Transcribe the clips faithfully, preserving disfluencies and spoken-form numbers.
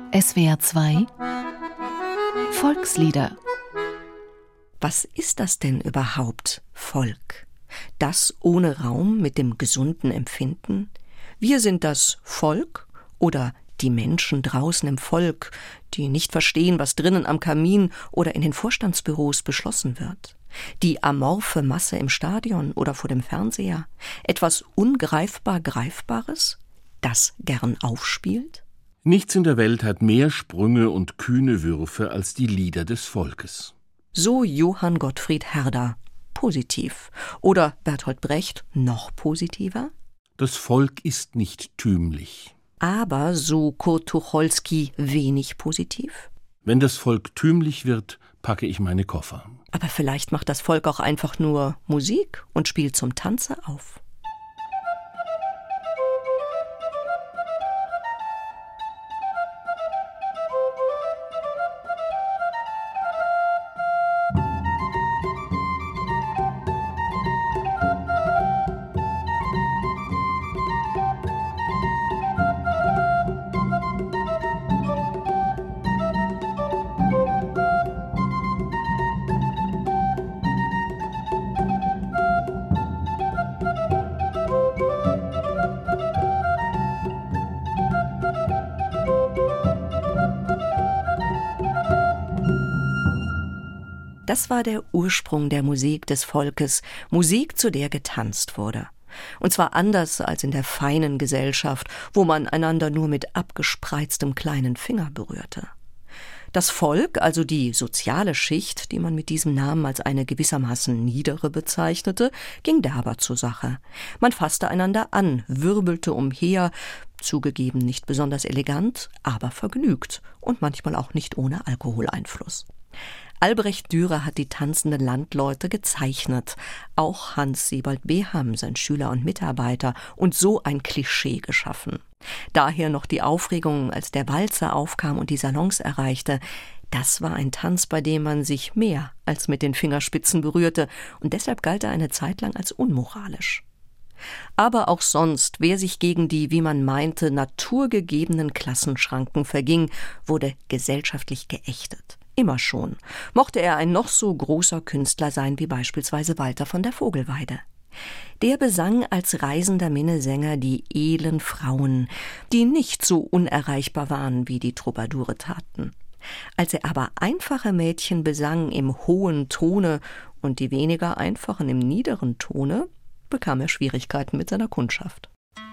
S W R zwei Volkslieder. Was ist das denn überhaupt, Volk? Das ohne Raum mit dem gesunden Empfinden? Wir sind das Volk oder die Menschen draußen im Volk, die nicht verstehen, was drinnen am Kamin oder in den Vorstandsbüros beschlossen wird? Die amorphe Masse im Stadion oder vor dem Fernseher? Etwas ungreifbar Greifbares, das gern aufspielt? Nichts in der Welt hat mehr Sprünge und kühne Würfe als die Lieder des Volkes. So Johann Gottfried Herder, positiv. Oder Bertolt Brecht, noch positiver? Das Volk ist nicht tümlich. Aber, so Kurt Tucholsky, wenig positiv? Wenn das Volk tümlich wird, packe ich meine Koffer. Aber vielleicht macht das Volk auch einfach nur Musik und spielt zum Tanze auf. Das war der Ursprung der Musik des Volkes, Musik, zu der getanzt wurde. Und zwar anders als in der feinen Gesellschaft, wo man einander nur mit abgespreiztem kleinen Finger berührte. Das Volk, also die soziale Schicht, die man mit diesem Namen als eine gewissermaßen niedere bezeichnete, ging derber zur Sache. Man fasste einander an, wirbelte umher, zugegeben nicht besonders elegant, aber vergnügt und manchmal auch nicht ohne Alkoholeinfluss. Albrecht Dürer hat die tanzenden Landleute gezeichnet, auch Hans Sebald Beham, sein Schüler und Mitarbeiter, und so ein Klischee geschaffen. Daher noch die Aufregung, als der Walzer aufkam und die Salons erreichte. Das war ein Tanz, bei dem man sich mehr als mit den Fingerspitzen berührte, und deshalb galt er eine Zeit lang als unmoralisch. Aber auch sonst, wer sich gegen die, wie man meinte, naturgegebenen Klassenschranken verging, wurde gesellschaftlich geächtet. Immer schon, mochte er ein noch so großer Künstler sein wie beispielsweise Walter von der Vogelweide. Der besang als reisender Minnesänger die edlen Frauen, die nicht so unerreichbar waren, wie die Troubadoure taten. Als er aber einfache Mädchen besang im hohen Tone und die weniger einfachen im niederen Tone, bekam er Schwierigkeiten mit seiner Kundschaft.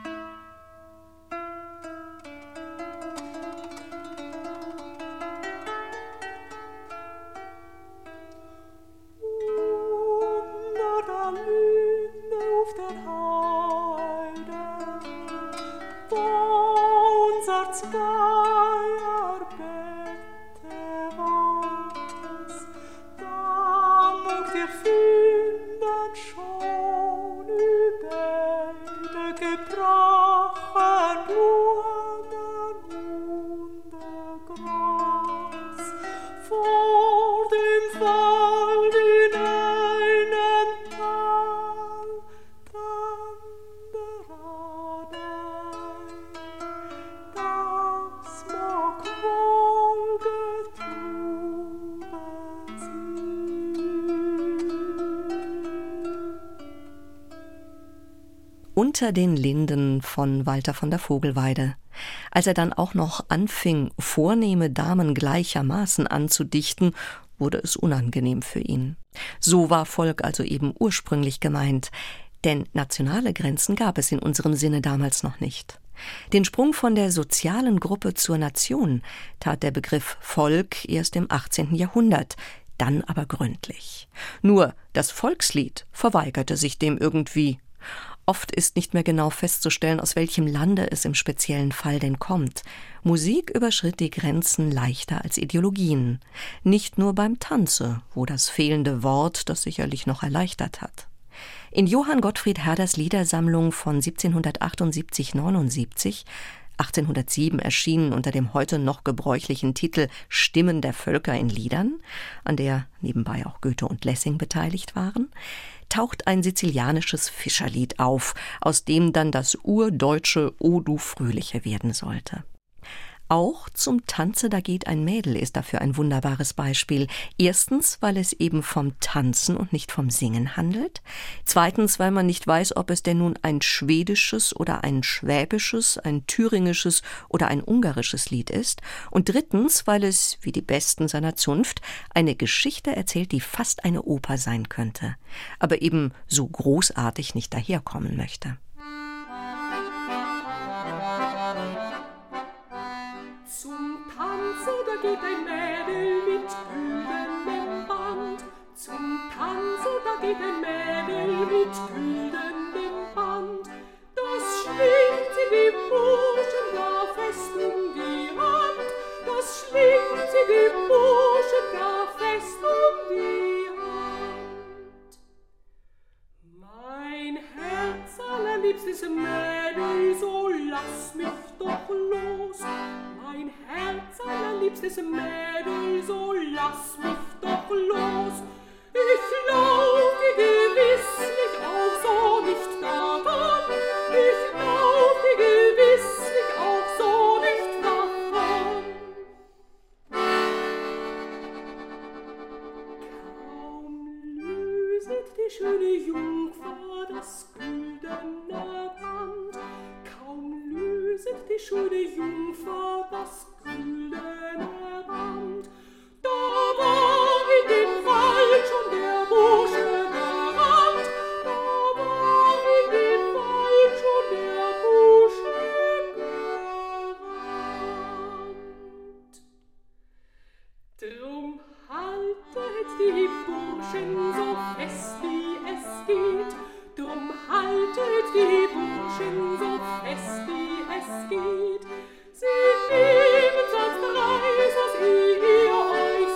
Unter den Linden von Walter von der Vogelweide. Als er dann auch noch anfing, vornehme Damen gleichermaßen anzudichten, wurde es unangenehm für ihn. So war Volk also eben ursprünglich gemeint, denn nationale Grenzen gab es in unserem Sinne damals noch nicht. Den Sprung von der sozialen Gruppe zur Nation tat der Begriff Volk erst im achtzehnten Jahrhundert, dann aber gründlich. Nur das Volkslied verweigerte sich dem irgendwie. Oft ist nicht mehr genau festzustellen, aus welchem Lande es im speziellen Fall denn kommt. Musik überschritt die Grenzen leichter als Ideologien. Nicht nur beim Tanze, wo das fehlende Wort das sicherlich noch erleichtert hat. In Johann Gottfried Herders Liedersammlung von siebzehnhundertachtundsiebzig neunundsiebzig, achtzehnhundertsieben erschienen unter dem heute noch gebräuchlichen Titel Stimmen der Völker in Liedern, an der nebenbei auch Goethe und Lessing beteiligt waren, taucht ein sizilianisches Fischerlied auf, aus dem dann das urdeutsche O du Fröhliche werden sollte. Auch Zum Tanze, da geht ein Mädel ist dafür ein wunderbares Beispiel. Erstens, weil es eben vom Tanzen und nicht vom Singen handelt. Zweitens, weil man nicht weiß, ob es denn nun ein schwedisches oder ein schwäbisches, ein thüringisches oder ein ungarisches Lied ist. Und drittens, weil es, wie die Besten seiner Zunft, eine Geschichte erzählt, die fast eine Oper sein könnte, aber eben so großartig nicht daherkommen möchte. Zum Tanze, da geht ein Mädel mit güldendem Band. Zum Tanze, da geht ein Mädel mit güldendem Band. Das schlingt sie die Burschen gar fest um die Hand. Das schlingt sie die Burschen gar fest um die Hand. Mein Herz allerliebstes Mädel, so lass mich doch los. Mein Herz allerliebstes Mädel, so lass mich doch los. Ich laufe gewisslich auch so nicht davon. Ich laufe gewisslich auch so nicht davon. Kaum löset die schöne Jungfer das güldene Band. Kaum löset die schöne Jungfer das güldene Band. Da war in den Wald schon der Bursche gerannt. Da war in den Wald schon der Bursche gerannt. Drum haltet die Burschen so fest wie es geht. Drum haltet die Burschen so fest wie es geht. Sie nehmen sonst preis, was ihr euch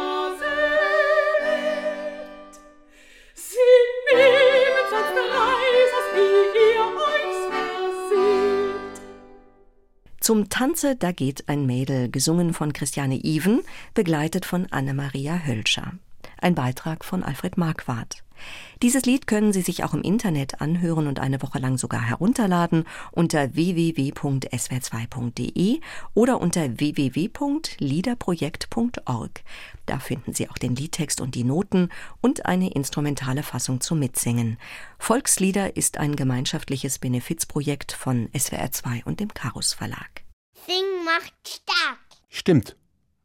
verseht. Sie nehmen sonst preis, was ihr euch verseht. Zum Tanze, da geht ein Mädel, gesungen von Christiane Iven, begleitet von Anne-Maria Hölscher. Ein Beitrag von Alfred Marquardt. Dieses Lied können Sie sich auch im Internet anhören und eine Woche lang sogar herunterladen unter w w w punkt s w r zwei punkt d e oder unter w w w punkt liederprojekt punkt org. Da finden Sie auch den Liedtext und die Noten und eine instrumentale Fassung zum Mitsingen. Volkslieder ist ein gemeinschaftliches Benefizprojekt von S W R zwei und dem Karus Verlag. Sing macht stark. Stimmt.